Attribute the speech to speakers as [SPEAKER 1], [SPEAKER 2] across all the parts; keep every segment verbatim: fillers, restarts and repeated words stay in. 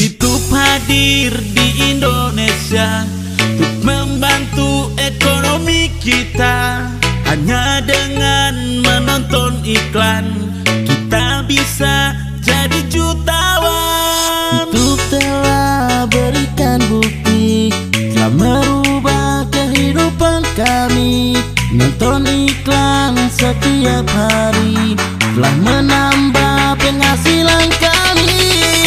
[SPEAKER 1] YouTube hadir di Indonesia untuk membantu ekonomi kita. Hanya dengan menonton iklan kita bisa jadi jutawan.
[SPEAKER 2] YouTube telah berikan bukti, telah merubah kehidupan kami. Nonton iklan setiap hari telah menambah penghasilan kami.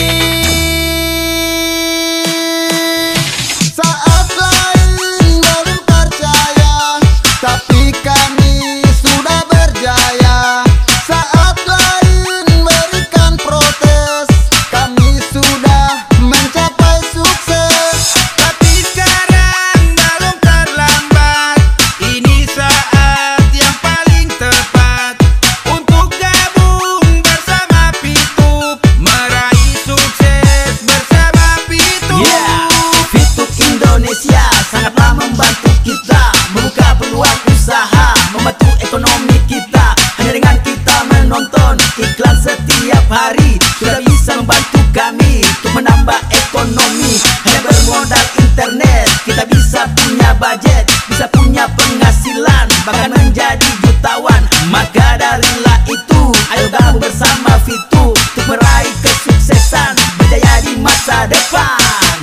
[SPEAKER 2] Saat lain belum percaya, tapi kami sudah berjaya. Saat lain berikan protes, kami sudah mencapai sukses.
[SPEAKER 1] Tapi sekarang belum terlambat, ini saat yang paling tepat untuk gabung bersama Fitup, meraih sukses bersama Fitup.
[SPEAKER 2] Yeah, Fitup Indonesia sangatlah membantu kita membuka peluang usaha, membantu ekonomi kita. Hanya dengan kita menonton iklan setiap hari sudah bisa membantu kami untuk menambah ekonomi. Hanya bermodal internet kita bisa punya budget, bisa punya penghasilan, bahkan menjadi jutawan. Maka darilah itu, ayo gabung bersama Fitup untuk meraih kesuksesan, berjaya di masa depan.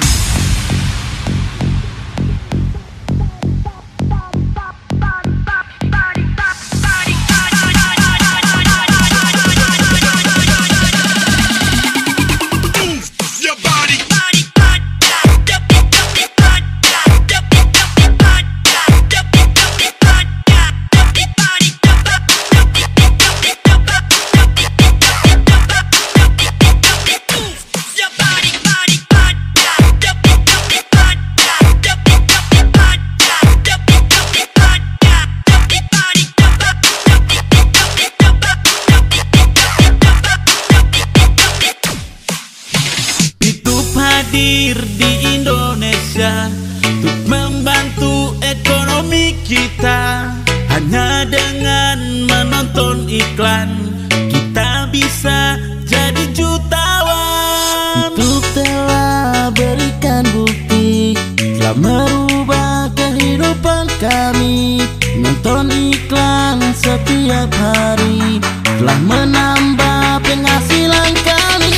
[SPEAKER 1] Hadir di Indonesia untuk membantu ekonomi kita. Hanya dengan menonton iklan kita bisa jadi jutawan. YouTube
[SPEAKER 2] telah berikan bukti, telah merubah kehidupan kami. Nonton iklan setiap hari telah menambah penghasilan kami.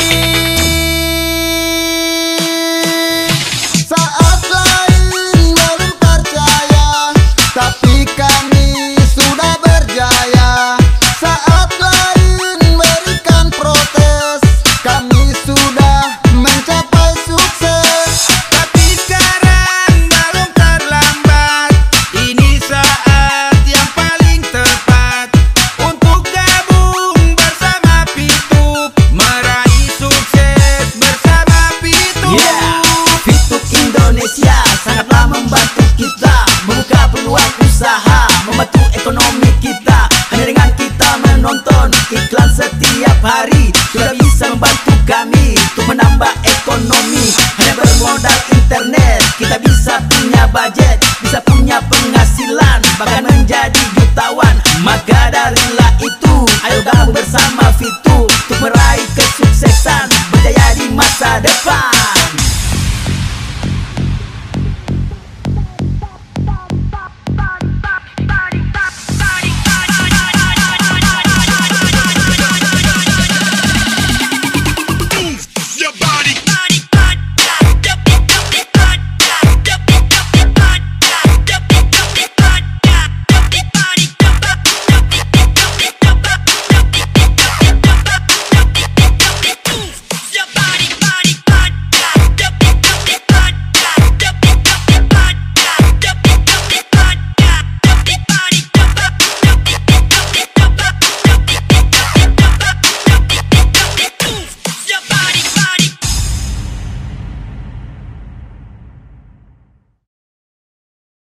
[SPEAKER 2] Saat lain belum percaya, tapi kami sudah berjaya. Saat lain berikan protes, kami sudah mencapai sukses.
[SPEAKER 1] Tapi sekarang belum terlambat, ini saat yang paling tepat untuk gabung bersama Fitup, meraih sukses bersama Fitup.
[SPEAKER 2] Yeah, Fitup Indonesia sangatlah membantu kita membuka peluang usaha, membantu ekonomi kita. Hanya dengan kita menonton iklan setiap hari sudah bisa membantu kami untuk menambah ekonomi. Hanya bermodal internet kita bisa punya budget, bisa punya penghasilan, bahkan